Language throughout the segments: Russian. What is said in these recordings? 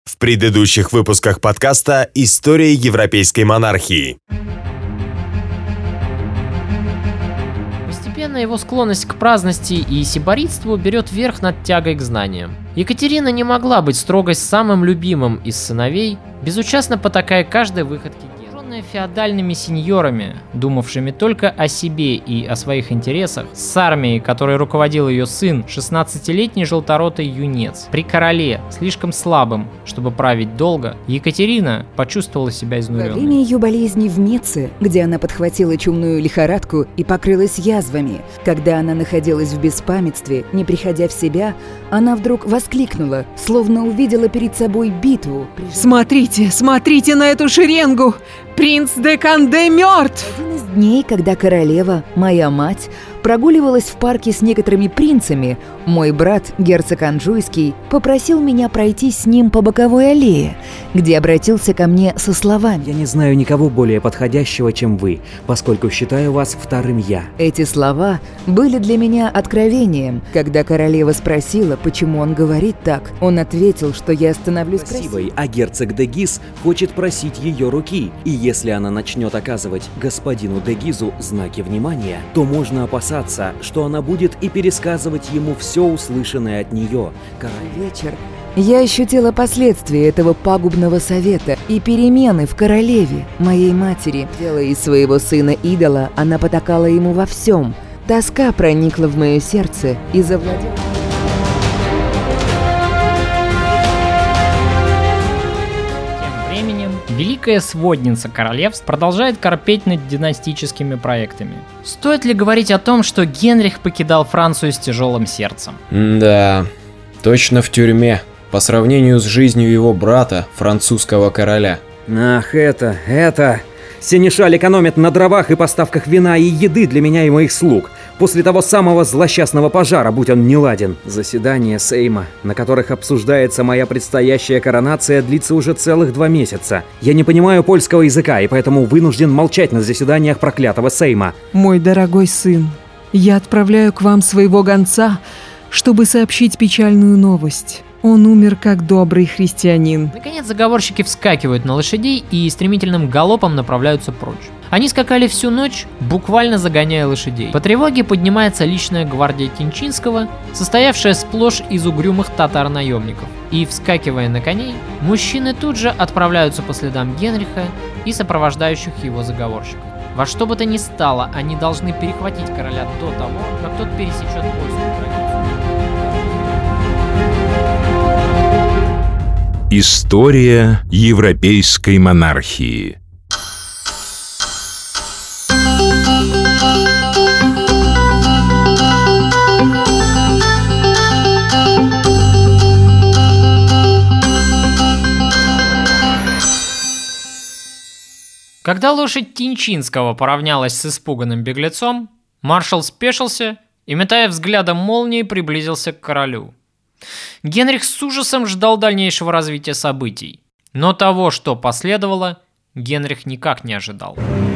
В предыдущих выпусках подкаста «История европейской монархии». Постепенно его склонность к праздности и сиборитству берет верх над тягой к знаниям. Екатерина не могла быть строгой с самым любимым из сыновей, безучастно потакая каждой выходке Генриха. Феодальными сеньорами, думавшими только о себе и о своих интересах, с армией, которой руководил ее сын, 16-летний желторотый юнец, при короле, слишком слабым, чтобы править долго, Екатерина почувствовала себя изнуренной. Во время ее болезни в Меце, где она подхватила чумную лихорадку и покрылась язвами, когда она находилась в беспамятстве, не приходя в себя, она вдруг воскликнула, словно увидела перед собой битву. Смотрите, смотрите на эту шеренгу! Принц де Канде мертв! Один из дней, когда королева, моя мать, прогуливалась в парке с некоторыми принцами, мой брат, герцог Анжуйский, попросил меня пройти с ним по боковой аллее, где обратился ко мне со словами: «Я не знаю никого более подходящего, чем вы, поскольку считаю вас вторым я». Эти слова были для меня откровением. Когда королева спросила, почему он говорит так, он ответил, что я становлюсь красивой, а герцог де Гиз хочет просить ее руки, и если она начнет оказывать господину де Гизу знаки внимания, то можно опасаться, что она будет и пересказывать ему все услышанное от нее. Вечер. Я ощутила последствия этого пагубного совета и перемены в королеве, моей матери. Делая из своего сына идола, она потакала ему во всем. Тоска проникла в мое сердце и завладела. Великая сводница королевств продолжает корпеть над династическими проектами. Стоит ли говорить о том, что Генрих покидал Францию с тяжелым сердцем? Да, точно в тюрьме, по сравнению с жизнью его брата, французского короля. Ах, это... Сенешаль экономит на дровах и поставках вина и еды для меня и моих слуг. После того самого злосчастного пожара, будь он неладен. Заседания Сейма, на которых обсуждается моя предстоящая коронация, длится уже целых 2 месяца. Я не понимаю польского языка и поэтому вынужден молчать на заседаниях проклятого Сейма. Мой дорогой сын, я отправляю к вам своего гонца, чтобы сообщить печальную новость. Он умер как добрый христианин. Наконец заговорщики вскакивают на лошадей и стремительным галопом направляются прочь. Они скакали всю ночь, буквально загоняя лошадей. По тревоге поднимается личная гвардия Тинчинского, состоявшая сплошь из угрюмых татар-наемников. И, вскакивая на коней, мужчины тут же отправляются по следам Генриха и сопровождающих его заговорщиков. Во что бы то ни стало, они должны перехватить короля до того, как тот пересечет польскую границу. История европейской монархии. Когда лошадь Тинчинского поравнялась с испуганным беглецом, маршал спешился и, метая взглядом молнии, приблизился к королю. Генрих с ужасом ждал дальнейшего развития событий, но того, что последовало, Генрих никак не ожидал.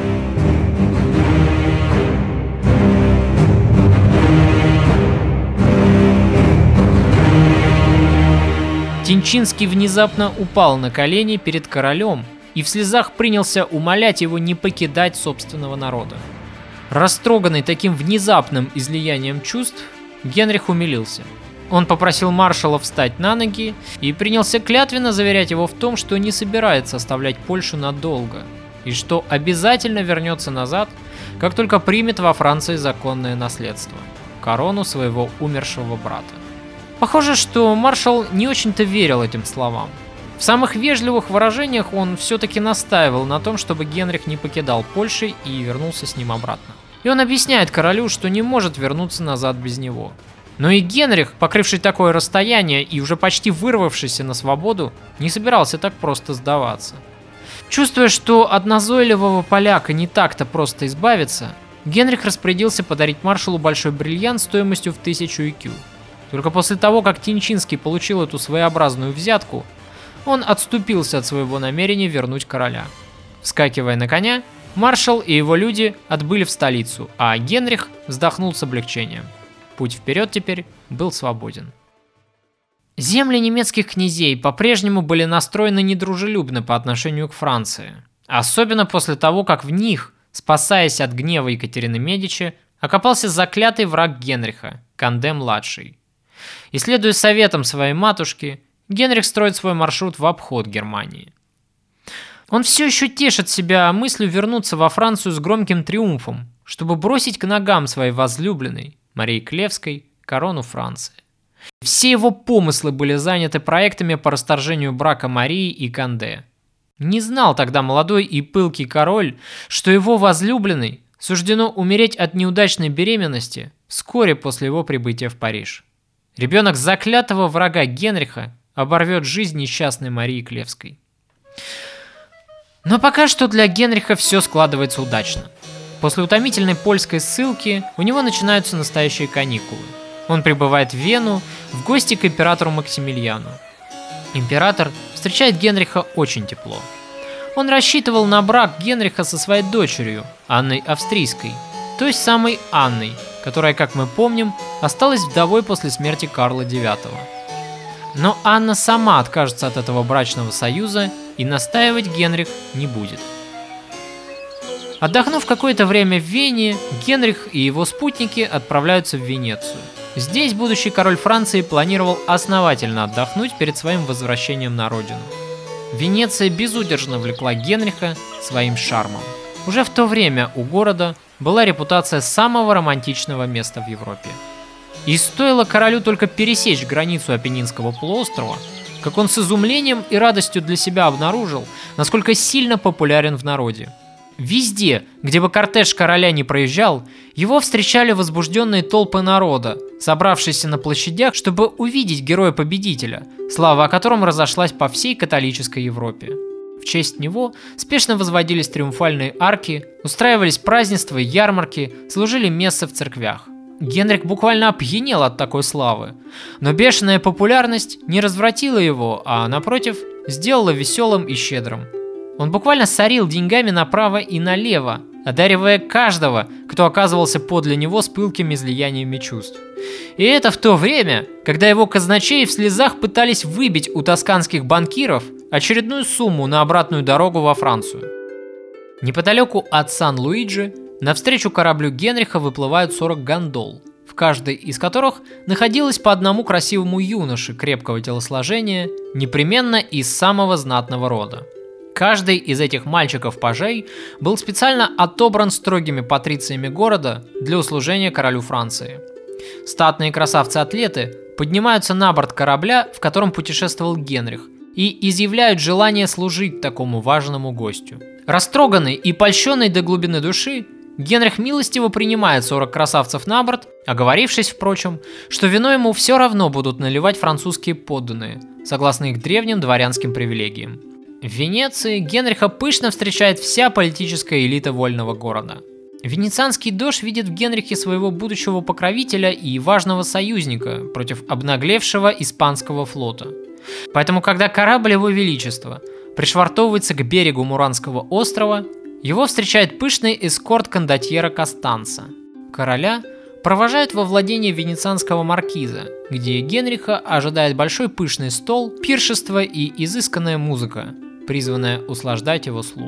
Тинчинский внезапно упал на колени перед королем и в слезах принялся умолять его не покидать собственного народа. Растроганный таким внезапным излиянием чувств, Генрих умилился. Он попросил маршала встать на ноги и принялся клятвенно заверять его в том, что не собирается оставлять Польшу надолго и что обязательно вернется назад, как только примет во Франции законное наследство – корону своего умершего брата. Похоже, что маршал не очень-то верил этим словам. В самых вежливых выражениях он все-таки настаивал на том, чтобы Генрих не покидал Польши и вернулся с ним обратно. И он объясняет королю, что не может вернуться назад без него. Но и Генрих, покрывший такое расстояние и уже почти вырвавшийся на свободу, не собирался так просто сдаваться. Чувствуя, что от назойливого поляка не так-то просто избавиться, Генрих распорядился подарить маршалу большой бриллиант стоимостью в 1000 ЭКЮ. Только после того, как Тинчинский получил эту своеобразную взятку, он отступился от своего намерения вернуть короля. Вскакивая на коня, маршал и его люди отбыли в столицу, а Генрих вздохнул с облегчением. Путь вперед теперь был свободен. Земли немецких князей по-прежнему были настроены недружелюбно по отношению к Франции, особенно после того, как в них, спасаясь от гнева Екатерины Медичи, окопался заклятый враг Генриха, Конде-младший. И следуя советам своей матушки, Генрих строит свой маршрут в обход Германии. Он все еще тешит себя мыслью вернуться во Францию с громким триумфом, чтобы бросить к ногам своей возлюбленной, Марии Клевской, корону Франции. Все его помыслы были заняты проектами по расторжению брака Марии и Конде. Не знал тогда молодой и пылкий король, что его возлюбленной суждено умереть от неудачной беременности вскоре после его прибытия в Париж. Ребенок заклятого врага Генриха оборвет жизнь несчастной Марии Клевской. Но пока что для Генриха все складывается удачно. После утомительной польской ссылки у него начинаются настоящие каникулы. Он прибывает в Вену в гости к императору Максимилиану. Император встречает Генриха очень тепло. Он рассчитывал на брак Генриха со своей дочерью, Анной Австрийской, той самой Анной, которая, как мы помним, осталась вдовой после смерти Карла IX. Но Анна сама откажется от этого брачного союза, и настаивать Генрих не будет. Отдохнув какое-то время в Вене, Генрих и его спутники отправляются в Венецию. Здесь будущий король Франции планировал основательно отдохнуть перед своим возвращением на родину. Венеция безудержно влекла Генриха своим шармом. Уже в то время у города была репутация самого романтичного места в Европе. И стоило королю только пересечь границу Апеннинского полуострова, как он с изумлением и радостью для себя обнаружил, насколько сильно популярен в народе. Везде, где бы кортеж короля не проезжал, его встречали возбужденные толпы народа, собравшиеся на площадях, чтобы увидеть героя-победителя, слава о котором разошлась по всей католической Европе. В честь него спешно возводились триумфальные арки, устраивались празднества и ярмарки, служили мессы в церквях. Генрих буквально опьянел от такой славы, но бешеная популярность не развратила его, а, напротив, сделала веселым и щедрым. Он буквально сорил деньгами направо и налево, одаривая каждого, кто оказывался подле него с пылкими излияниями чувств. И это в то время, когда его казначеи в слезах пытались выбить у тосканских банкиров очередную сумму на обратную дорогу во Францию. Неподалеку от Сан-Луиджи навстречу кораблю Генриха выплывают 40 гондол, в каждой из которых находилось по одному красивому юноше крепкого телосложения, непременно из самого знатного рода. Каждый из этих мальчиков-пажей был специально отобран строгими патрициями города для услужения королю Франции. Статные красавцы-атлеты поднимаются на борт корабля, в котором путешествовал Генрих, и изъявляют желание служить такому важному гостю. Растроганный и польщенный до глубины души, Генрих милостиво принимает 40 красавцев на борт, оговорившись, впрочем, что вино ему все равно будут наливать французские подданные, согласно их древним дворянским привилегиям. В Венеции Генриха пышно встречает вся политическая элита вольного города. Венецианский дож видит в Генрихе своего будущего покровителя и важного союзника против обнаглевшего испанского флота. Поэтому, когда корабль Его Величества пришвартовывается к берегу Муранского острова, его встречает пышный эскорт кондотьера Костанца. Короля провожают во владение венецианского маркиза, где Генриха ожидает большой пышный стол, пиршество и изысканная музыка, призванная услаждать его слух.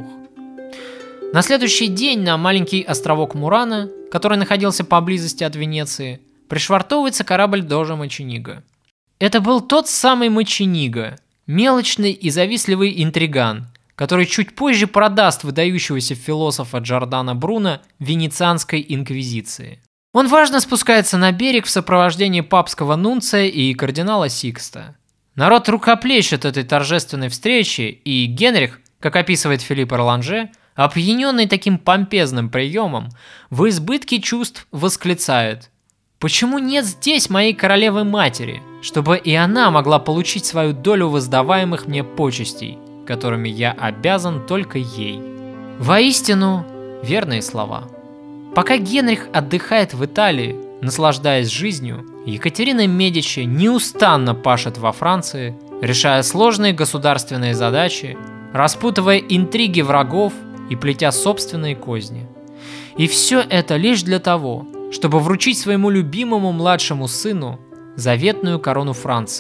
На следующий день на маленький островок Мурана, который находился поблизости от Венеции, пришвартовывается корабль дожа Мочениго. Это был тот самый Мочениго, мелочный и завистливый интриган, который чуть позже продаст выдающегося философа Джордано Бруно Венецианской инквизиции. Он важно спускается на берег в сопровождении папского нунция и кардинала Сикста. Народ рукоплещет этой торжественной встрече, и Генрих, как описывает Филипп Эрланже, опьяненный таким помпезным приемом, в избытке чувств восклицает: «Почему нет здесь моей королевы-матери, чтобы и она могла получить свою долю воздаваемых мне почестей, которыми я обязан только ей?» Воистину, верные слова. Пока Генрих отдыхает в Италии, наслаждаясь жизнью, Екатерина Медичи неустанно пашет во Франции, решая сложные государственные задачи, распутывая интриги врагов и плетя собственные козни. И все это лишь для того, чтобы вручить своему любимому младшему сыну заветную корону Франции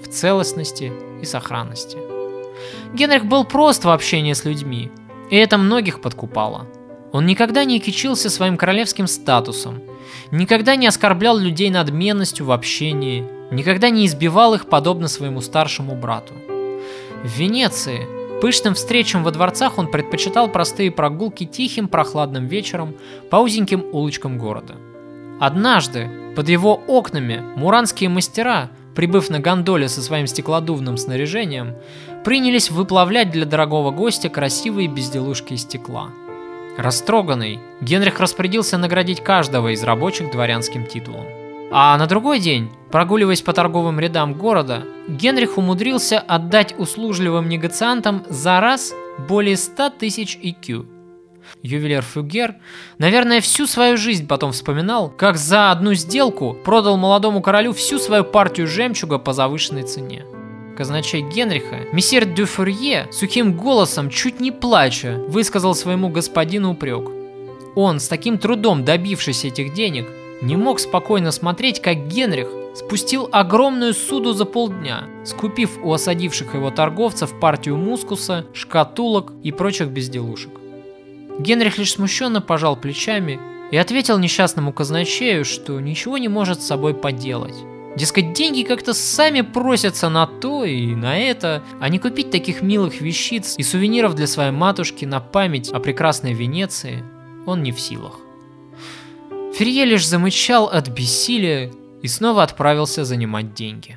в целостности и сохранности. Генрих был прост в общении с людьми, и это многих подкупало. Он никогда не кичился своим королевским статусом, никогда не оскорблял людей надменностью в общении, никогда не избивал их подобно своему старшему брату. В Венеции пышным встречам во дворцах он предпочитал простые прогулки тихим прохладным вечером по узеньким улочкам города. Однажды под его окнами муранские мастера, прибыв на гондоле со своим стеклодувным снаряжением, принялись выплавлять для дорогого гостя красивые безделушки из стекла. Растроганный, Генрих распорядился наградить каждого из рабочих дворянским титулом. А на другой день, прогуливаясь по торговым рядам города, Генрих умудрился отдать услужливым негациантам за раз более 100 тысяч ЭКЮ. Ювелир Фюгер, наверное, всю свою жизнь потом вспоминал, как за одну сделку продал молодому королю всю свою партию жемчуга по завышенной цене. Казначей Генриха, месье де Фурье, сухим голосом, чуть не плача, высказал своему господину упрек. Он, с таким трудом добившийся этих денег, не мог спокойно смотреть, как Генрих спустил огромную суду за полдня, скупив у осадивших его торговцев партию мускуса, шкатулок и прочих безделушек. Генрих лишь смущенно пожал плечами и ответил несчастному казначею, что ничего не может с собой поделать. Дескать, деньги как-то сами просятся на то и на это, а не купить таких милых вещиц и сувениров для своей матушки на память о прекрасной Венеции он не в силах. Ферье лишь замычал от бессилия и снова отправился занимать деньги.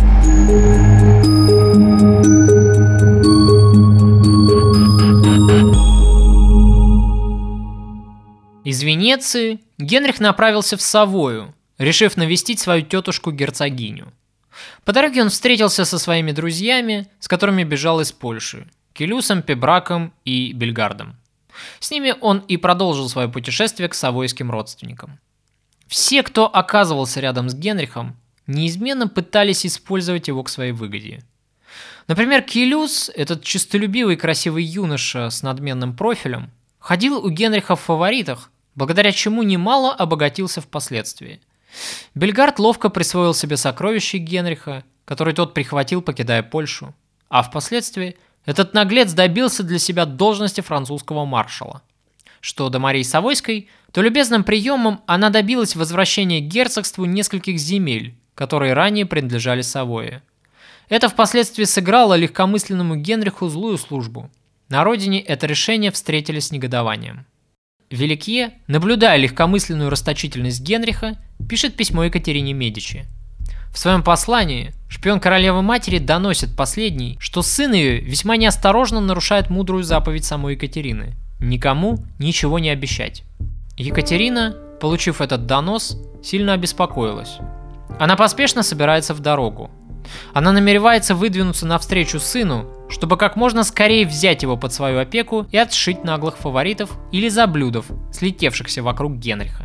Из Венеции Генрих направился в Савою, решив навестить свою тетушку-герцогиню. По дороге он встретился со своими друзьями, с которыми бежал из Польши – Келюсом, Пебраком и Бельгардом. С ними он и продолжил свое путешествие к савойским родственникам. Все, кто оказывался рядом с Генрихом, неизменно пытались использовать его к своей выгоде. Например, Келюс, этот честолюбивый красивый юноша с надменным профилем, ходил у Генриха в фаворитах, благодаря чему немало обогатился впоследствии. Бельгард ловко присвоил себе сокровища Генриха, которые тот прихватил, покидая Польшу, а впоследствии этот наглец добился для себя должности французского маршала. Что до Марии Савойской, то любезным приемом она добилась возвращения герцогству нескольких земель, которые ранее принадлежали Савойе. Это впоследствии сыграло легкомысленному Генриху злую службу. На родине это решение встретили с негодованием. Великье, наблюдая легкомысленную расточительность Генриха, пишет письмо Екатерине Медичи. В своем послании шпион королевы-матери доносит последней, что сын ее весьма неосторожно нарушает мудрую заповедь самой Екатерины – никому ничего не обещать. Екатерина, получив этот донос, сильно обеспокоилась. Она поспешно собирается в дорогу. Она намеревается выдвинуться навстречу сыну, чтобы как можно скорее взять его под свою опеку и отшить наглых фаворитов или заблюдов, слетевшихся вокруг Генриха.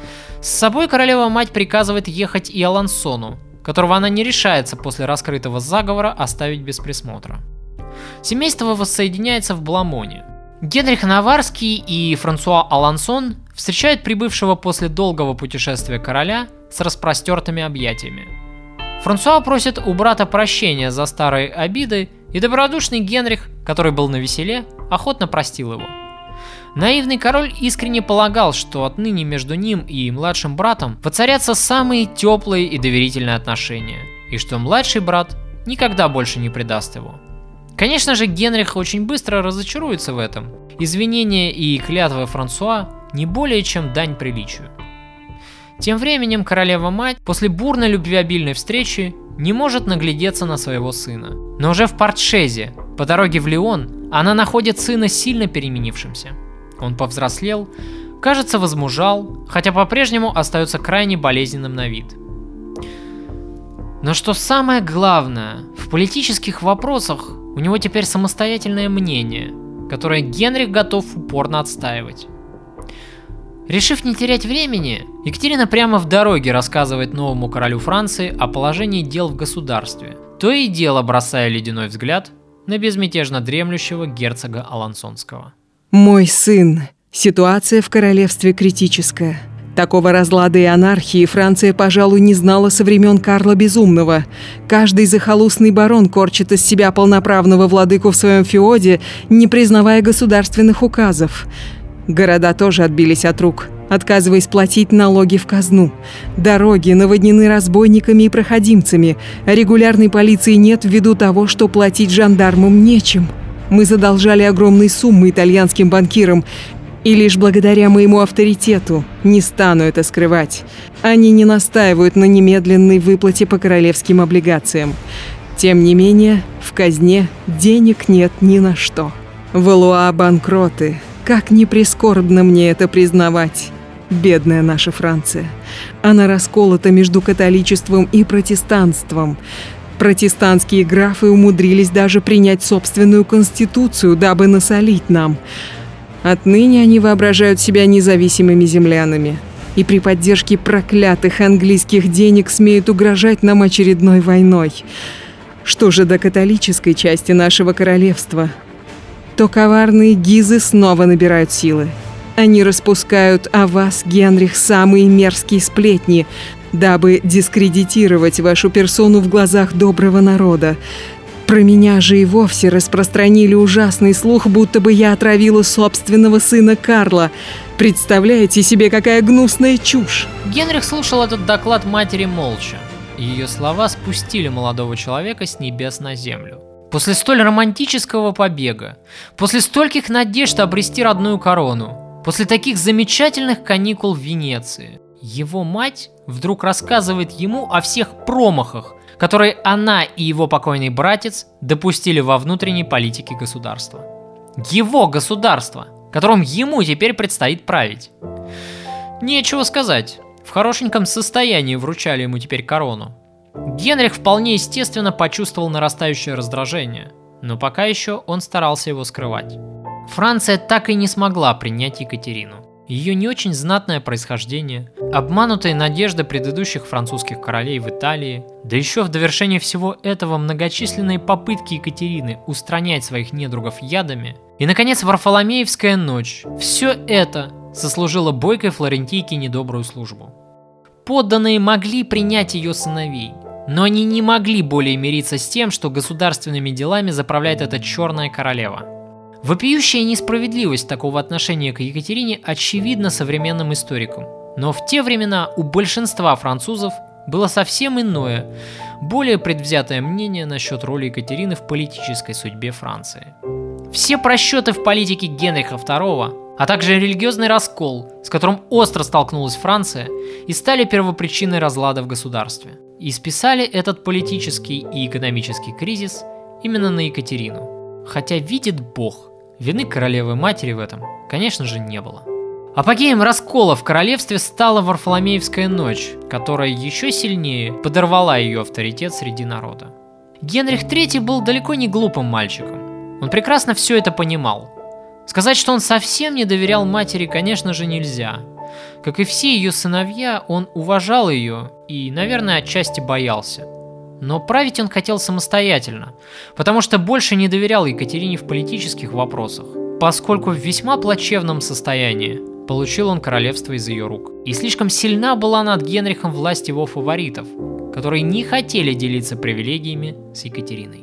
С собой королева-мать приказывает ехать и Алансону, которого она не решается после раскрытого заговора оставить без присмотра. Семейство воссоединяется в Бламоне. Генрих Наварский и Франсуа Алансон встречают прибывшего после долгого путешествия короля с распростертыми объятиями. Франсуа просит у брата прощения за старые обиды, и добродушный Генрих, который был навеселе, охотно простил его. Наивный король искренне полагал, что отныне между ним и младшим братом воцарятся самые теплые и доверительные отношения, и что младший брат никогда больше не предаст его. Конечно же, Генрих очень быстро разочаруется в этом. Извинения и клятвы Франсуа не более чем дань приличию. Тем временем королева-мать после бурной любвеобильной встречи не может наглядеться на своего сына. Но уже в Портшезе, по дороге в Лион, она находит сына сильно переменившимся. Он повзрослел, кажется, возмужал, хотя по-прежнему остается крайне болезненным на вид. Но что самое главное, в политических вопросах у него теперь самостоятельное мнение, которое Генрих готов упорно отстаивать. Решив не терять времени, Екатерина прямо в дороге рассказывает новому королю Франции о положении дел в государстве, то и дело бросая ледяной взгляд на безмятежно дремлющего герцога Алансонского. Мой сын, ситуация в королевстве критическая. Такого разлада и анархии Франция, пожалуй, не знала со времен Карла Безумного. Каждый захолустный барон корчит из себя полноправного владыку в своем феоде, не признавая государственных указов. Города тоже отбились от рук, отказываясь платить налоги в казну. Дороги наводнены разбойниками и проходимцами, а регулярной полиции нет ввиду того, что платить жандармам нечем. Мы задолжали огромные суммы итальянским банкирам, и лишь благодаря моему авторитету, не стану это скрывать, они не настаивают на немедленной выплате по королевским облигациям. Тем не менее, в казне денег нет ни на что. Валуа банкроты. Как ни прискорбно мне это признавать. Бедная наша Франция. Она расколота между католичеством и протестанством. Протестантские графы умудрились даже принять собственную конституцию, дабы насолить нам. Отныне они воображают себя независимыми землянами. И при поддержке проклятых английских денег смеют угрожать нам очередной войной. Что же до католической части нашего королевства, то коварные гизы снова набирают силы. Они распускают о вас, Генрих, самые мерзкие сплетни, дабы дискредитировать вашу персону в глазах доброго народа. Про меня же и вовсе распространили ужасный слух, будто бы я отравила собственного сына Карла. Представляете себе, какая гнусная чушь? Генрих слушал этот доклад матери молча. Ее слова спустили молодого человека с небес на землю. После столь романтического побега, после стольких надежд обрести родную корону, после таких замечательных каникул в Венеции, его мать вдруг рассказывает ему о всех промахах, которые она и его покойный братец допустили во внутренней политике государства. Его государство, которым ему теперь предстоит править. Нечего сказать, в хорошеньком состоянии вручали ему теперь корону. Генрих вполне естественно почувствовал нарастающее раздражение, но пока еще он старался его скрывать. Франция так и не смогла принять Екатерину. Ее не очень знатное происхождение, обманутые надежды предыдущих французских королей в Италии, да еще в довершение всего этого многочисленные попытки Екатерины устранять своих недругов ядами, и, наконец, Варфоломеевская ночь – все это сослужило бойкой флорентийке недобрую службу. Подданные могли принять ее сыновей, но они не могли более мириться с тем, что государственными делами заправляет эта черная королева. Вопиющая несправедливость такого отношения к Екатерине очевидна современным историкам, но в те времена у большинства французов было совсем иное, более предвзятое мнение насчет роли Екатерины в политической судьбе Франции. Все просчеты в политике Генриха II, а также религиозный раскол, с которым остро столкнулась Франция, и стали первопричиной разлада в государстве. И списали этот политический и экономический кризис именно на Екатерину. Хотя, видит Бог, вины королевы-матери в этом, конечно же, не было. Апогеем раскола в королевстве стала Варфоломеевская ночь, которая еще сильнее подорвала ее авторитет среди народа. Генрих III был далеко не глупым мальчиком. Он прекрасно все это понимал. Сказать, что он совсем не доверял матери, конечно же, нельзя. Как и все ее сыновья, он уважал ее и, наверное, отчасти боялся. Но править он хотел самостоятельно, потому что больше не доверял Екатерине в политических вопросах, поскольку в весьма плачевном состоянии получил он королевство из ее рук. И слишком сильна была над Генрихом власть его фаворитов, которые не хотели делиться привилегиями с Екатериной.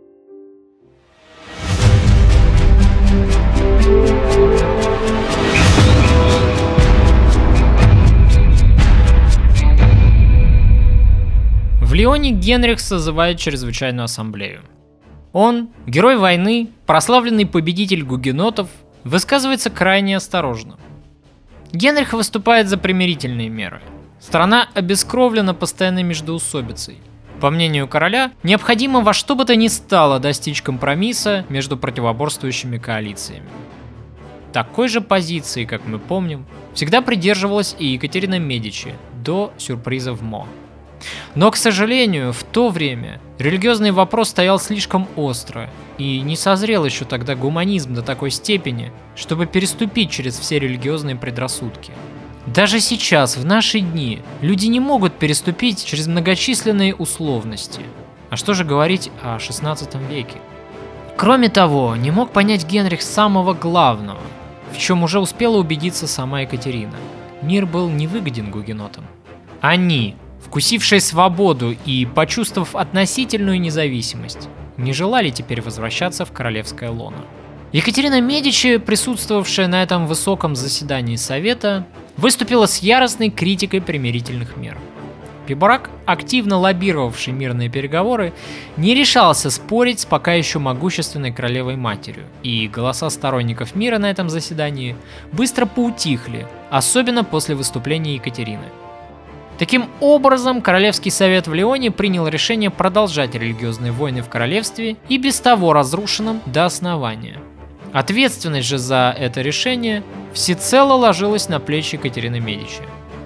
В Лионе Генрих созывает чрезвычайную ассамблею. Он, герой войны, прославленный победитель гугенотов, высказывается крайне осторожно. Генрих выступает за примирительные меры. Страна обескровлена постоянной междоусобицей. По мнению короля, необходимо во что бы то ни стало достичь компромисса между противоборствующими коалициями. Такой же позиции, как мы помним, всегда придерживалась и Екатерина Медичи до сюрприза в Мо. Но, к сожалению, в то время религиозный вопрос стоял слишком остро, и не созрел еще тогда гуманизм до такой степени, чтобы переступить через все религиозные предрассудки. Даже сейчас, в наши дни, люди не могут переступить через многочисленные условности. А что же говорить о XVI веке? Кроме того, не мог понять Генрих самого главного, в чем уже успела убедиться сама Екатерина. мир был невыгоден гугенотам. Они, вкусившие свободу и почувствовав относительную независимость, не желали теперь возвращаться в королевское лоно. Екатерина Медичи, присутствовавшая на этом высоком заседании Совета, выступила с яростной критикой примирительных мер. Пиборак, активно лоббировавший мирные переговоры, не решался спорить с пока еще могущественной королевой-матерью, и голоса сторонников мира на этом заседании быстро поутихли, особенно после выступления Екатерины. Таким образом, Королевский совет в Лионе принял решение продолжать религиозные войны в королевстве и без того разрушенном до основания. Ответственность же за это решение всецело ложилась на плечи Екатерины Медичи.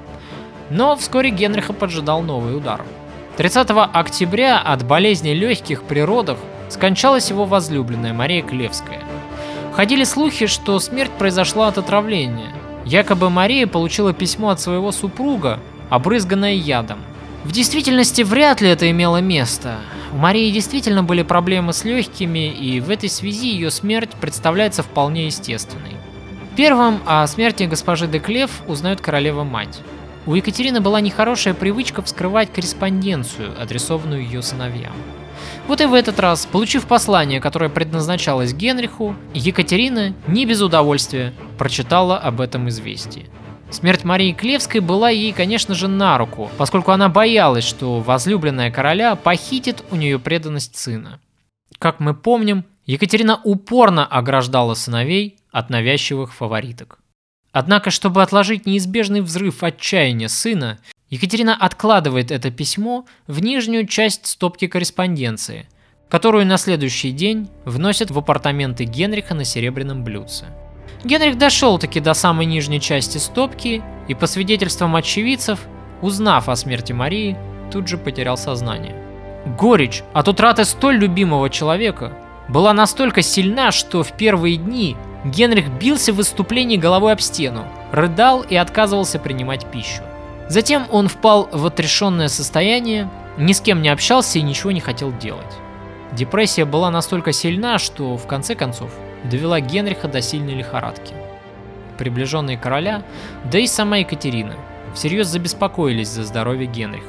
Но вскоре Генриха поджидал новый удар. 30 октября от болезни легких при родах скончалась его возлюбленная Мария Клевская. Ходили слухи, что смерть произошла от отравления. Якобы Мария получила письмо от своего супруга, обрызганное ядом. В действительности вряд ли это имело место. У Марии действительно были проблемы с легкими, и в этой связи ее смерть представляется вполне естественной. Первым о смерти госпожи де Клев узнает королева-мать. У Екатерины была нехорошая привычка вскрывать корреспонденцию, адресованную ее сыновьям. Вот и в этот раз, получив послание, которое предназначалось Генриху, Екатерина не без удовольствия прочитала об этом известии. Смерть Марии Клевской была ей, конечно же, на руку, поскольку она боялась, что возлюбленная короля похитит у нее преданность сына. Как мы помним, Екатерина упорно ограждала сыновей от навязчивых фавориток. Однако, чтобы отложить неизбежный взрыв отчаяния сына, Екатерина откладывает это письмо в нижнюю часть стопки корреспонденции, которую на следующий день вносят в апартаменты Генриха на серебряном блюдце. Генрих дошел-таки до самой нижней части стопки и, по свидетельствам очевидцев, узнав о смерти Марии, тут же потерял сознание. Горечь от утраты столь любимого человека была настолько сильна, что в первые дни Генрих бился в выступлении головой об стену, рыдал и отказывался принимать пищу. Затем он впал в отрешенное состояние, ни с кем не общался и ничего не хотел делать. Депрессия была настолько сильна, что, в конце концов, довела Генриха до сильной лихорадки. Приближенные короля, да и сама Екатерина, всерьез забеспокоились за здоровье Генриха.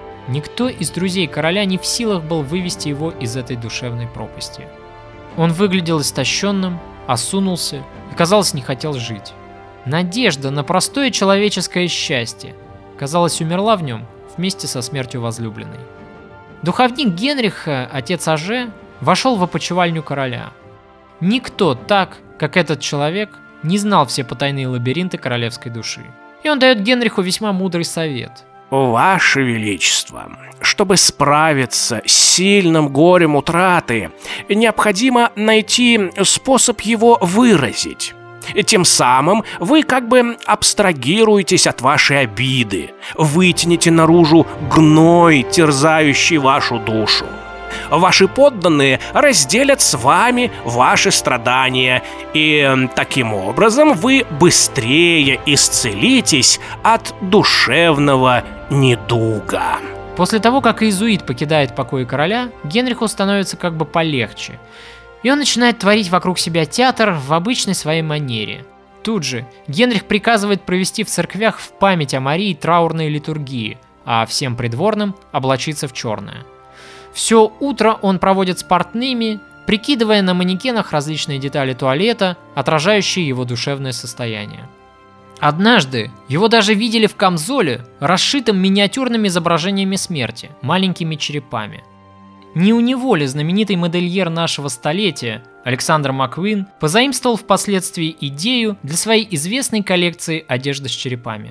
Никто из друзей короля не в силах был вывести его из этой душевной пропасти. Он выглядел истощенным, осунулся и, казалось, не хотел жить. Надежда на простое человеческое счастье, казалось, умерла в нем вместе со смертью возлюбленной. Духовник Генриха, отец Аже, вошел в опочивальню короля. Никто так, как этот человек, не знал все потайные лабиринты королевской души. И он дает Генриху весьма мудрый совет. «Ваше Величество, чтобы справиться с сильным горем утраты, необходимо найти способ его выразить. Тем самым вы как бы абстрагируетесь от вашей обиды, вытянете наружу гной, терзающий вашу душу. Ваши подданные разделят с вами ваши страдания, и таким образом вы быстрее исцелитесь от душевного недуга». После того, как иезуит покидает покои короля, Генриху становится как бы полегче, и он начинает творить вокруг себя театр в обычной своей манере. Тут же Генрих приказывает провести в церквях в память о Марии траурные литургии, а всем придворным облачиться в черное. Все утро он проводит с портными, прикидывая на манекенах различные детали туалета, отражающие его душевное состояние. Однажды его даже видели в камзоле, расшитом миниатюрными изображениями смерти, маленькими черепами. Не у него ли знаменитый модельер нашего столетия Александр Маккуин позаимствовал впоследствии идею для своей известной коллекции одежды с черепами.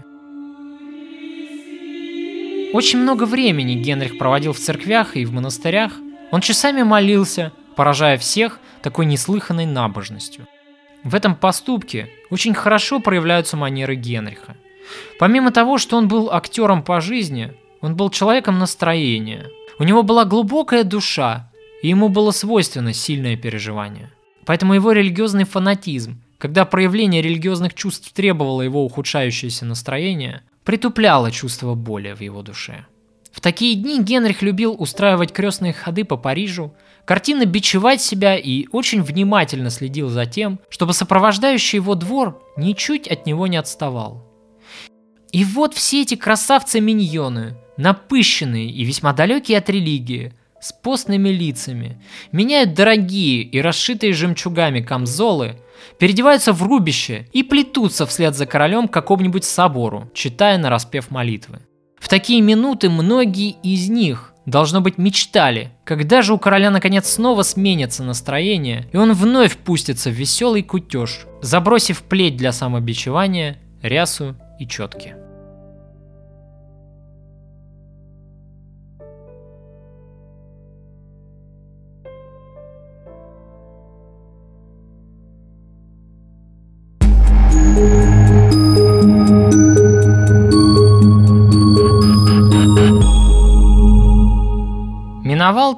Очень много времени Генрих проводил в церквях и в монастырях. Он часами молился, поражая всех такой неслыханной набожностью. В этом поступке очень хорошо проявляются манеры Генриха. Помимо того, что он был актером по жизни, он был человеком настроения. У него была глубокая душа, и ему было свойственно сильное переживание. Поэтому его религиозный фанатизм, когда проявление религиозных чувств требовало его ухудшающееся настроение, притупляло чувство боли в его душе. В такие дни Генрих любил устраивать крестные ходы по Парижу, картинно бичевать себя и очень внимательно следил за тем, чтобы сопровождающий его двор ничуть от него не отставал. И вот все эти красавцы-миньоны, напыщенные и весьма далекие от религии, с постными лицами, меняют дорогие и расшитые жемчугами камзолы, переодеваются в рубище и плетутся вслед за королем к какому-нибудь собору, читая нараспев молитвы. В такие минуты многие из них, должно быть, мечтали, когда же у короля наконец снова сменится настроение, и он вновь пустится в веселый кутеж, забросив плеть для самобичевания, рясу и четки. Миновал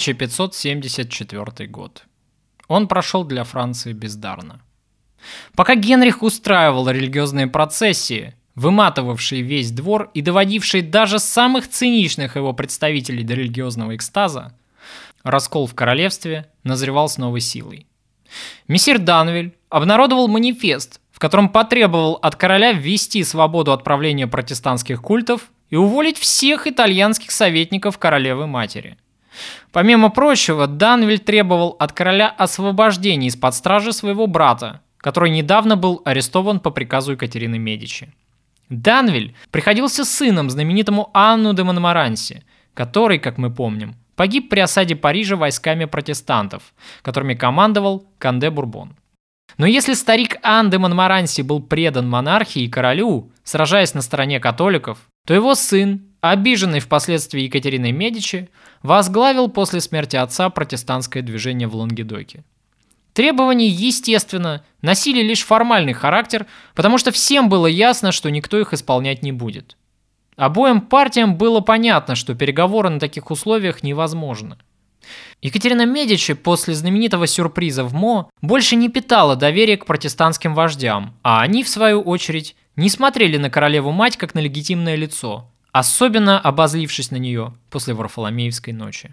1574 год. Он прошел для Франции бездарно. Пока Генрих устраивал религиозные процессии, выматывавшие весь двор и доводившие даже самых циничных его представителей до религиозного экстаза, раскол в королевстве назревал с новой силой. Мессир Данвиль обнародовал манифест, в котором потребовал от короля ввести свободу отправления протестантских культов и уволить всех итальянских советников королевы-матери. Помимо прочего, Данвиль требовал от короля освобождения из-под стражи своего брата, который недавно был арестован по приказу Екатерины Медичи. Данвиль приходился сыном знаменитому Анну де Монморанси, который, как мы помним, погиб при осаде Парижа войсками протестантов, которыми командовал Канде Бурбон. Но если старик Ан де Монморанси был предан монархии и королю, сражаясь на стороне католиков, то его сын, обиженный впоследствии Екатериной Медичи, возглавил после смерти отца протестантское движение в Лангедоке. Требования, естественно, носили лишь формальный характер, потому что всем было ясно, что никто их исполнять не будет. Обоим партиям было понятно, что переговоры на таких условиях невозможны. Екатерина Медичи после знаменитого сюрприза в Мо больше не питала доверия к протестантским вождям, а они, в свою очередь, не смотрели на королеву-мать как на легитимное лицо, особенно обозлившись на нее после Варфоломеевской ночи.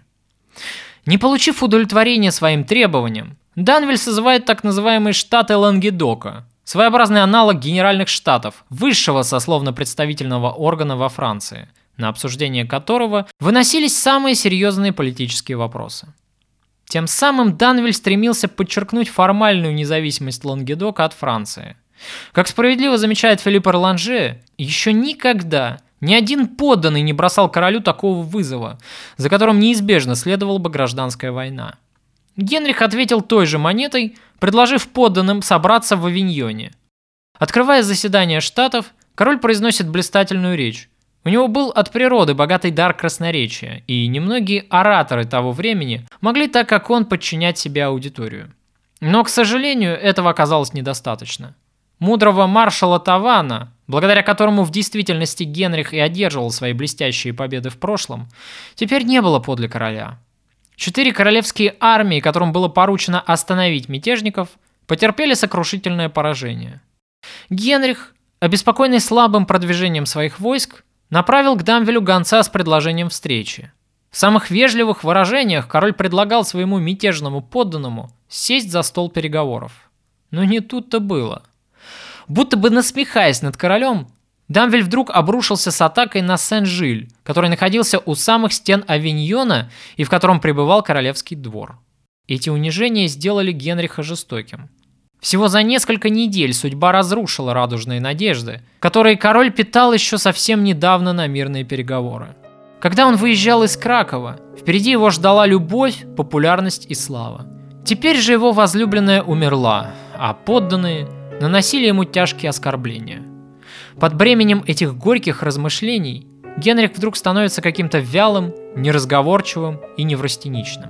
Не получив удовлетворения своим требованиям, Данвиль созывает так называемые штаты Лангедока, своеобразный аналог генеральных штатов, высшего сословно-представительного органа во Франции, на обсуждение которого выносились самые серьезные политические вопросы. Тем самым Данвиль стремился подчеркнуть формальную независимость Лангедока от Франции. Как справедливо замечает Филипп Орланже, еще никогда ни один подданный не бросал королю такого вызова, за которым неизбежно следовала бы гражданская война. Генрих ответил той же монетой, предложив подданным собраться в Авиньоне. Открывая заседание штатов, король произносит блистательную речь. У него был от природы богатый дар красноречия, и немногие ораторы того времени могли так, как он, подчинять себе аудиторию. Но, к сожалению, этого оказалось недостаточно. Мудрого маршала Тавана, благодаря которому в действительности Генрих и одерживал свои блестящие победы в прошлом, теперь не было подле короля. 4 королевские армии, которым было поручено остановить мятежников, потерпели сокрушительное поражение. Генрих, обеспокоенный слабым продвижением своих войск, направил к Данвилю гонца с предложением встречи. В самых вежливых выражениях король предлагал своему мятежному подданному сесть за стол переговоров. Но не тут-то было. Будто бы насмехаясь над королем, Данвиль вдруг обрушился с атакой на Сен-Жиль, который находился у самых стен Авиньона и в котором пребывал королевский двор. Эти унижения сделали Генриха жестоким. Всего за несколько недель судьба разрушила радужные надежды, которые король питал еще совсем недавно на мирные переговоры. Когда он выезжал из Кракова, впереди его ждала любовь, популярность и слава. Теперь же его возлюбленная умерла, а подданные наносили ему тяжкие оскорбления. Под бременем этих горьких размышлений Генрих вдруг становится каким-то вялым, неразговорчивым и неврастеничным.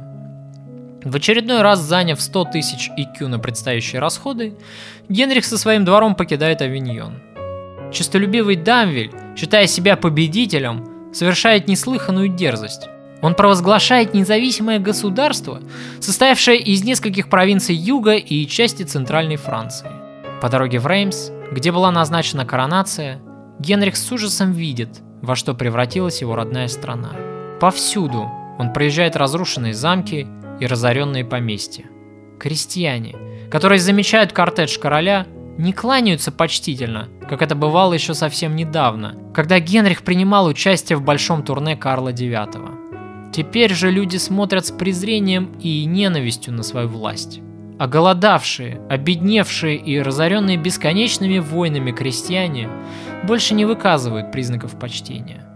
В очередной раз заняв 100 тысяч икю на предстоящие расходы, Генрих со своим двором покидает Авиньон. Честолюбивый Данвиль, считая себя победителем, совершает неслыханную дерзость. Он провозглашает независимое государство, состоявшее из нескольких провинций юга и части центральной Франции. По дороге в Реймс, где была назначена коронация, Генрих с ужасом видит, во что превратилась его родная страна. Повсюду он проезжает разрушенные замки и разоренные поместья. Крестьяне, которые замечают кортедж короля, не кланяются почтительно, как это бывало еще совсем недавно, когда Генрих принимал участие в большом турне Карла IX. Теперь же люди смотрят с презрением и ненавистью на свою власть. Оголодавшие, обедневшие и разоренные бесконечными войнами крестьяне больше не выказывают признаков почтения.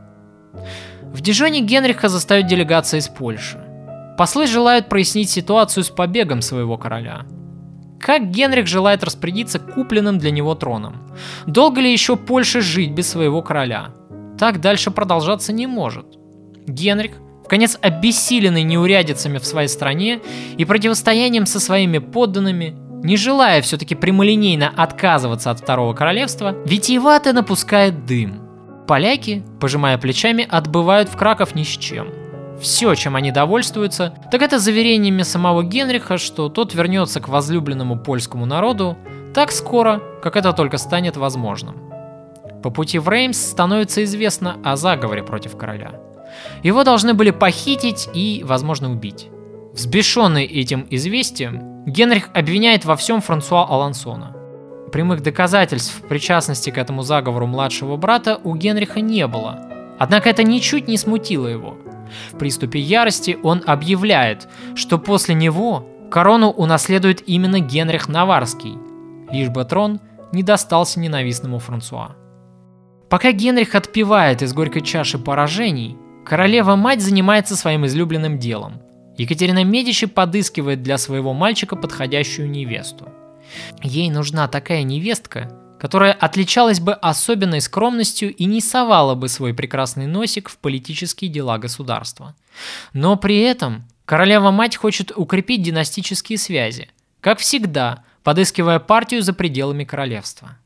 В Дижоне Генриха застают делегация из Польши. Послы желают прояснить ситуацию с побегом своего короля. Как Генрих желает распорядиться купленным для него троном? Долго ли еще Польше жить без своего короля? Так дальше продолжаться не может. Генрих, вконец обессиленный неурядицами в своей стране и противостоянием со своими подданными, не желая все-таки прямолинейно отказываться от Второго Королевства, витиевато напускает дым. Поляки, пожимая плечами, отбывают в Краков ни с чем. Все, чем они довольствуются, так это заверениями самого Генриха, что тот вернется к возлюбленному польскому народу так скоро, как это только станет возможным. По пути в Реймс становится известно о заговоре против короля. Его должны были похитить и, возможно, убить. Взбешенный этим известием, Генрих обвиняет во всем Франсуа Алансона. Прямых доказательств причастности к этому заговору младшего брата у Генриха не было, однако это ничуть не смутило его. В приступе ярости он объявляет, что после него корону унаследует именно Генрих Наварский, лишь бы трон не достался ненавистному Франсуа. Пока Генрих отпивает из горькой чаши поражений, королева-мать занимается своим излюбленным делом. Екатерина Медичи подыскивает для своего мальчика подходящую невесту. Ей нужна такая невестка, которая отличалась бы особенной скромностью и не совала бы свой прекрасный носик в политические дела государства. Но при этом королева-мать хочет укрепить династические связи, как всегда, подыскивая партию за пределами королевства.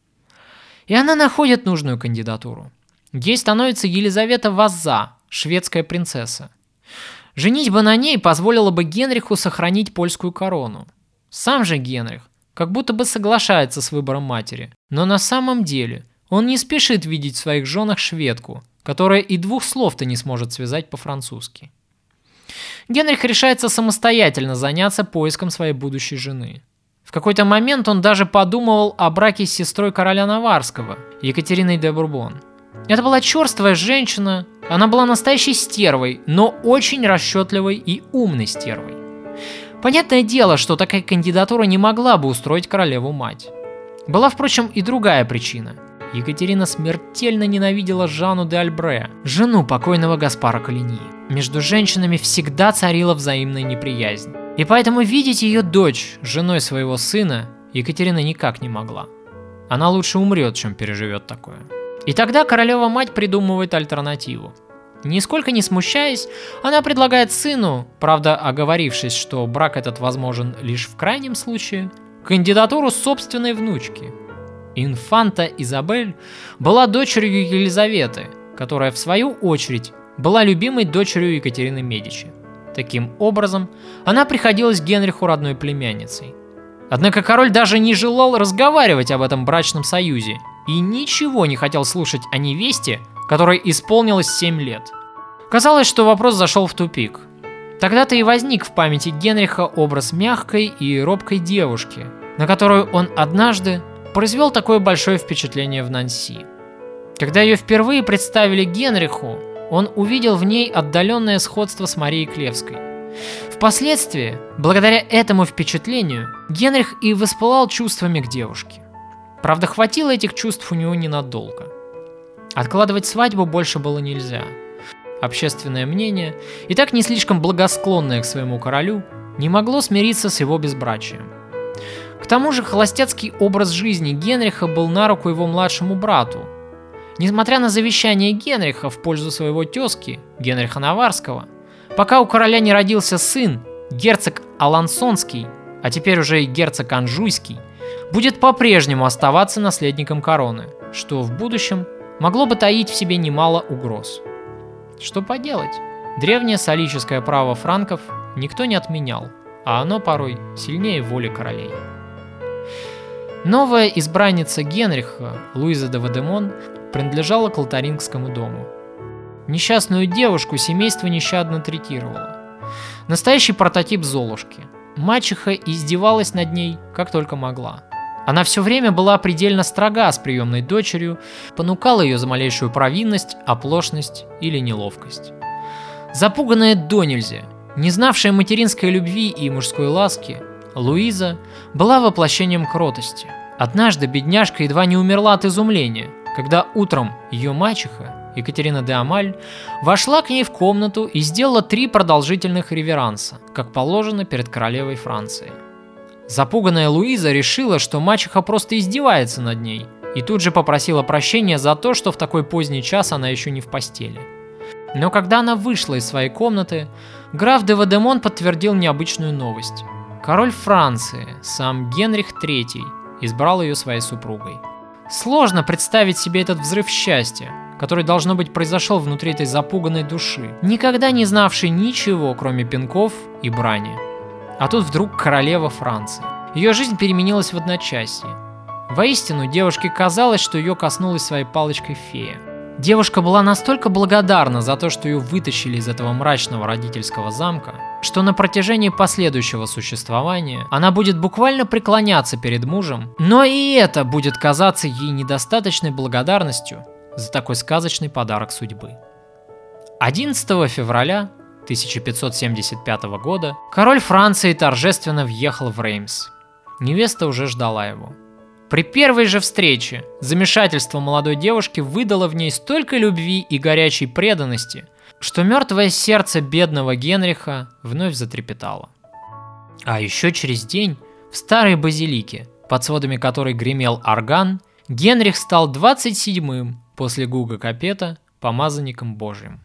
И она находит нужную кандидатуру. Ей становится Елизавета Ваза, шведская принцесса. Женитьба на ней позволила бы Генриху сохранить польскую корону. Сам же Генрих как будто бы соглашается с выбором матери, но на самом деле он не спешит видеть в своих женах шведку, которая и двух слов-то не сможет связать по-французски. Генрих решается самостоятельно заняться поиском своей будущей жены. В какой-то момент он даже подумывал о браке с сестрой короля Наварского, Екатериной де Бурбон. Это была черствая женщина, она была настоящей стервой, но очень расчетливой и умной стервой. Понятное дело, что такая кандидатура не могла бы устроить королеву-мать. Была, впрочем, и другая причина. Екатерина смертельно ненавидела Жанну де Альбре, жену покойного Гаспара Коligny. Между женщинами всегда царила взаимная неприязнь. И поэтому видеть ее дочь женой своего сына Екатерина никак не могла. Она лучше умрет, чем переживет такое. И тогда королева-мать придумывает альтернативу. Нисколько не смущаясь, она предлагает сыну, правда оговорившись, что брак этот возможен лишь в крайнем случае, кандидатуру собственной внучки. Инфанта Изабель была дочерью Елизаветы, которая в свою очередь была любимой дочерью Екатерины Медичи. Таким образом, она приходилась Генриху родной племянницей. Однако король даже не желал разговаривать об этом брачном союзе и ничего не хотел слушать о невесте, которой исполнилось 7 лет. Казалось, что вопрос зашел в тупик. Тогда-то и возник в памяти Генриха образ мягкой и робкой девушки, на которую он однажды произвел такое большое впечатление в Нанси. Когда ее впервые представили Генриху, он увидел в ней отдаленное сходство с Марией Клевской. Впоследствии, благодаря этому впечатлению, Генрих и воспылал чувствами к девушке. Правда, хватило этих чувств у него ненадолго. Откладывать свадьбу больше было нельзя. Общественное мнение, и так не слишком благосклонное к своему королю, не могло смириться с его безбрачием. К тому же холостяцкий образ жизни Генриха был на руку его младшему брату. Несмотря на завещание Генриха в пользу своего тезки, Генриха Наварского, пока у короля не родился сын, герцог Алансонский, а теперь уже и герцог Анжуйский, будет по-прежнему оставаться наследником короны, что в будущем могло бы таить в себе немало угроз. Что поделать? Древнее солическое право франков никто не отменял, а оно порой сильнее воли королей. Новая избранница Генриха, Луиза де Вадемон, принадлежала к Лотарингскому дому. Несчастную девушку семейство нещадно третировало. Настоящий прототип Золушки. Мачеха издевалась над ней, как только могла. Она все время была предельно строга с приемной дочерью, понукала ее за малейшую провинность, оплошность или неловкость. Запуганная донельзя, не знавшая материнской любви и мужской ласки, Луиза была воплощением кротости. Однажды бедняжка едва не умерла от изумления, когда утром ее мачеха, Екатерина де Амаль, вошла к ней в комнату и сделала 3 продолжительных реверанса, как положено перед королевой Франции. Запуганная Луиза решила, что мачеха просто издевается над ней, и тут же попросила прощения за то, что в такой поздний час она еще не в постели. Но когда она вышла из своей комнаты, граф де Вадемон подтвердил необычную новость. Король Франции, сам Генрих III, избрал ее своей супругой. Сложно представить себе этот взрыв счастья, который, должно быть, произошел внутри этой запуганной души, никогда не знавшей ничего, кроме пинков и брани. А тут вдруг королева Франции. Ее жизнь переменилась в одночасье. Воистину, девушке казалось, что ее коснулась своей палочкой фея. Девушка была настолько благодарна за то, что ее вытащили из этого мрачного родительского замка, что на протяжении последующего существования она будет буквально преклоняться перед мужем, но и это будет казаться ей недостаточной благодарностью за такой сказочный подарок судьбы. 11 февраля 1575 года король Франции торжественно въехал в Реймс. Невеста уже ждала его. При первой же встрече замешательство молодой девушки выдало в ней столько любви и горячей преданности, что мертвое сердце бедного Генриха вновь затрепетало. А еще через день в старой базилике, под сводами которой гремел орган, Генрих стал 27-м после Гуга Капета помазанником Божьим.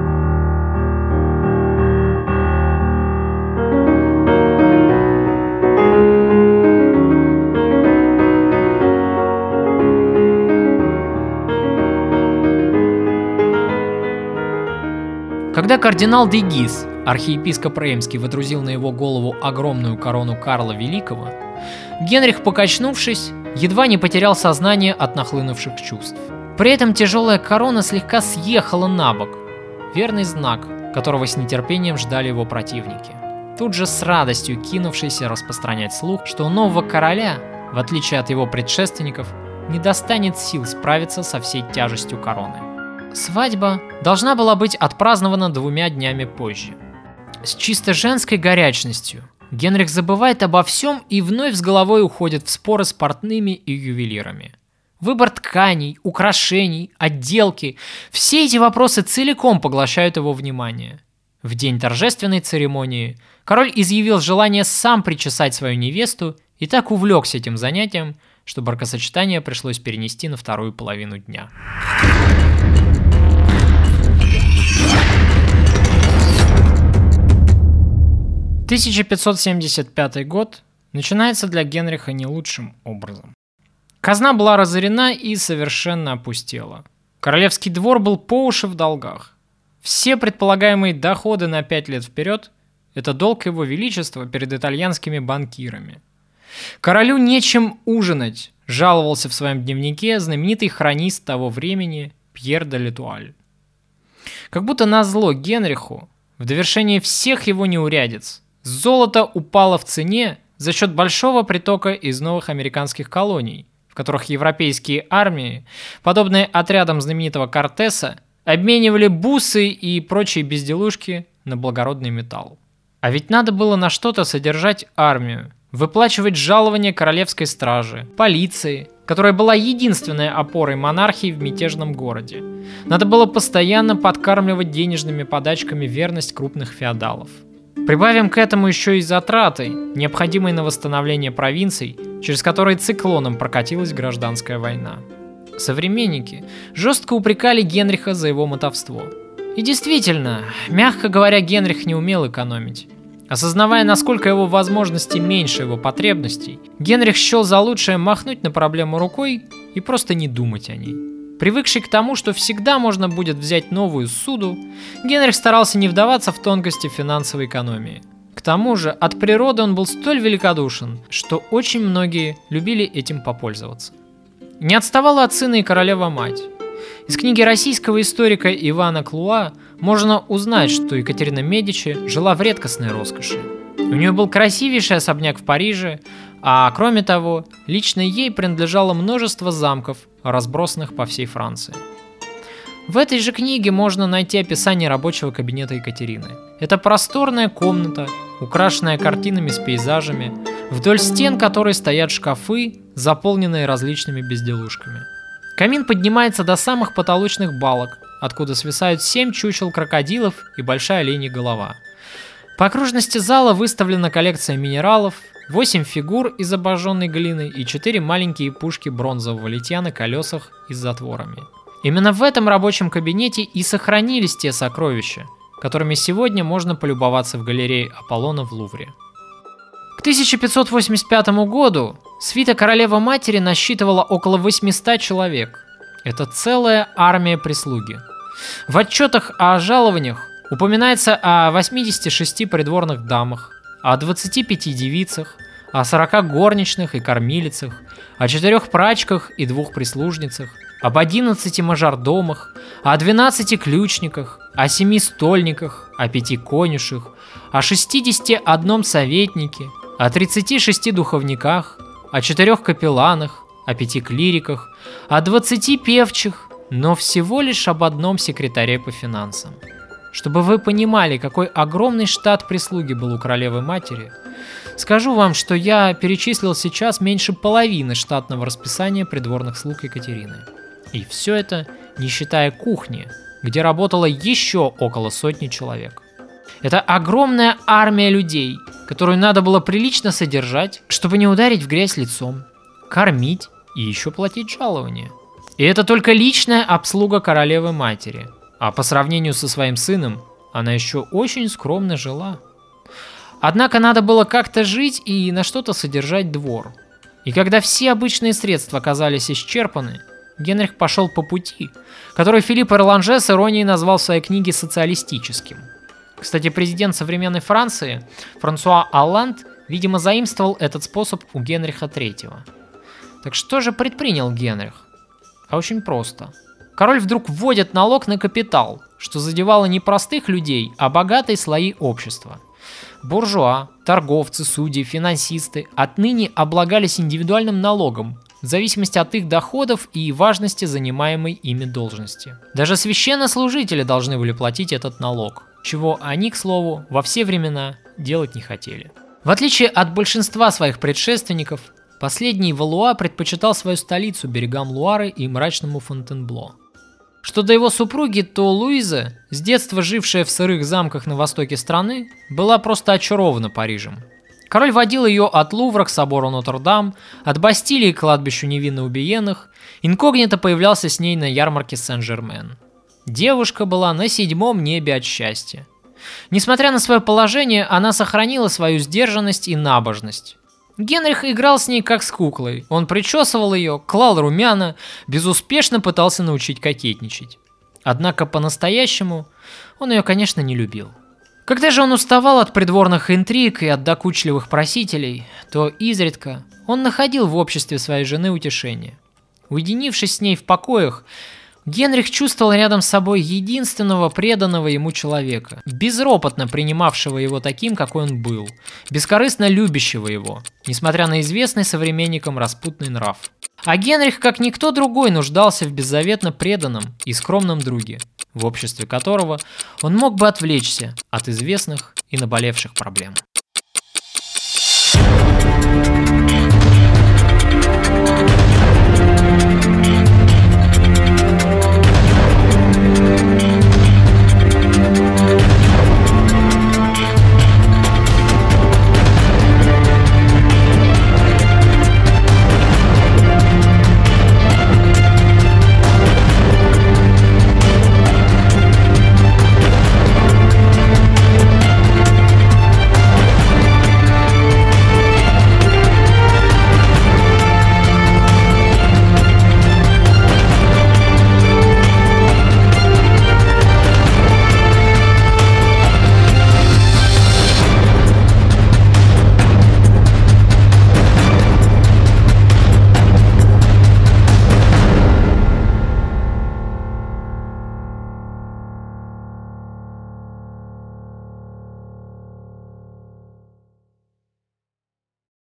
Когда кардинал де Гиз, архиепископ Реймский, водрузил на его голову огромную корону Карла Великого, Генрих, покачнувшись, едва не потерял сознание от нахлынувших чувств. При этом тяжелая корона слегка съехала на бок, верный знак, которого с нетерпением ждали его противники, тут же с радостью кинувшиеся распространять слух, что у нового короля, в отличие от его предшественников, не достанет сил справиться со всей тяжестью короны. Свадьба должна была быть отпразднована 2 днями позже. С чисто женской горячностью Генрих забывает обо всем и вновь с головой уходит в споры с портными и ювелирами. Выбор тканей, украшений, отделки – все эти вопросы целиком поглощают его внимание. В день торжественной церемонии король изъявил желание сам причесать свою невесту и так увлекся этим занятием, что бракосочетание пришлось перенести на вторую половину дня. – 1575 год начинается для Генриха не лучшим образом. Казна была разорена и совершенно опустела. Королевский двор был по уши в долгах. Все предполагаемые доходы на 5 лет вперед – это долг его величества перед итальянскими банкирами. Королю нечем ужинать, жаловался в своем дневнике знаменитый хронист того времени Пьер де Летуаль. Как будто назло Генриху, в довершение всех его неурядиц, золото упало в цене за счет большого притока из новых американских колоний, в которых европейские армии, подобные отрядам знаменитого Кортеса, обменивали бусы и прочие безделушки на благородный металл. А ведь надо было на что-то содержать армию, выплачивать жалования королевской стражи, полиции, которая была единственной опорой монархии в мятежном городе. Надо было постоянно подкармливать денежными подачками верность крупных феодалов. Прибавим к этому еще и затраты, необходимые на восстановление провинций, через которые циклоном прокатилась гражданская война. Современники жестко упрекали Генриха за его мотовство. И действительно, мягко говоря, Генрих не умел экономить. Осознавая, насколько его возможности меньше его потребностей, Генрих счел за лучшее махнуть на проблему рукой и просто не думать о ней. Привыкший к тому, что всегда можно будет взять новую ссуду, Генрих старался не вдаваться в тонкости финансовой экономии. К тому же, от природы он был столь великодушен, что очень многие любили этим попользоваться. Не отставала от сына и королева-мать. Из книги российского историка Ивана Клуа можно узнать, что Екатерина Медичи жила в редкостной роскоши. У нее был красивейший особняк в Париже, а кроме того, лично ей принадлежало множество замков, разбросанных по всей Франции. В этой же книге можно найти описание рабочего кабинета Екатерины. Это просторная комната, украшенная картинами с пейзажами, вдоль стен которой стоят шкафы, заполненные различными безделушками. Камин поднимается до самых потолочных балок, откуда свисают 7 чучел крокодилов и большая оленья голова. По окружности зала выставлена коллекция минералов, 8 фигур из обожженной глины и 4 маленькие пушки бронзового литья на колесах и с затворами. Именно в этом рабочем кабинете и сохранились те сокровища, которыми сегодня можно полюбоваться в галерее Аполлона в Лувре. К 1585 году свита королевы-матери насчитывала около 800 человек. Это целая армия прислуги. В отчетах о жалованиях упоминается о 86 придворных дамах, о 25 девицах, о 40 горничных и кормилицах, о 4 прачках и 2 прислужницах, об 11 мажордомах, о 12 ключниках, о 7 стольниках, о 5 конюшах, о 61 советнике, о 36 духовниках, о 4 капелланах, о 5 клириках, о 20 певчих, но всего лишь об 1 секретаре по финансам. Чтобы вы понимали, какой огромный штат прислуги был у королевы-матери, скажу вам, что я перечислил сейчас меньше половины штатного расписания придворных слуг Екатерины. И все это не считая кухни, где работало еще около 100 человек. Это огромная армия людей, которую надо было прилично содержать, чтобы не ударить в грязь лицом, кормить и еще платить жалования. И это только личная обслуга королевы-матери, а по сравнению со своим сыном она еще очень скромно жила. Однако надо было как-то жить и на что-то содержать двор. И когда все обычные средства оказались исчерпаны, Генрих пошел по пути, который Филипп Эрланже с иронией назвал в своей книге социалистическим. Кстати, президент современной Франции Франсуа Олланд, видимо, заимствовал этот способ у Генриха III. Так что же предпринял Генрих? А очень просто. Король вдруг вводит налог на капитал, что задевало не простых людей, а богатые слои общества. Буржуа, торговцы, судьи, финансисты отныне облагались индивидуальным налогом, в зависимости от их доходов и важности занимаемой ими должности. Даже священнослужители должны были платить этот налог, чего они, к слову, во все времена делать не хотели. В отличие от большинства своих предшественников, последний Валуа предпочитал свою столицу берегам Луары и мрачному Фонтенбло. Что до его супруги, то Луиза, с детства жившая в сырых замках на востоке страны, была просто очарована Парижем. Король водил ее от Лувра к собору Нотр-Дам, от Бастилии к кладбищу невинно убиенных, инкогнито появлялся с ней на ярмарке Сен-Жермен. Девушка была на 7-м небе от счастья. Несмотря на свое положение, она сохранила свою сдержанность и набожность. Генрих играл с ней как с куклой. Он причесывал ее, клал румяна, безуспешно пытался научить кокетничать. Однако по-настоящему он ее, конечно, не любил. Когда же он уставал от придворных интриг и от докучливых просителей, то изредка он находил в обществе своей жены утешение. Уединившись с ней в покоях, Генрих чувствовал рядом с собой единственного преданного ему человека, безропотно принимавшего его таким, какой он был, бескорыстно любящего его, несмотря на известный современникам распутный нрав. А Генрих, как никто другой, нуждался в беззаветно преданном и скромном друге, в обществе которого он мог бы отвлечься от известных и наболевших проблем.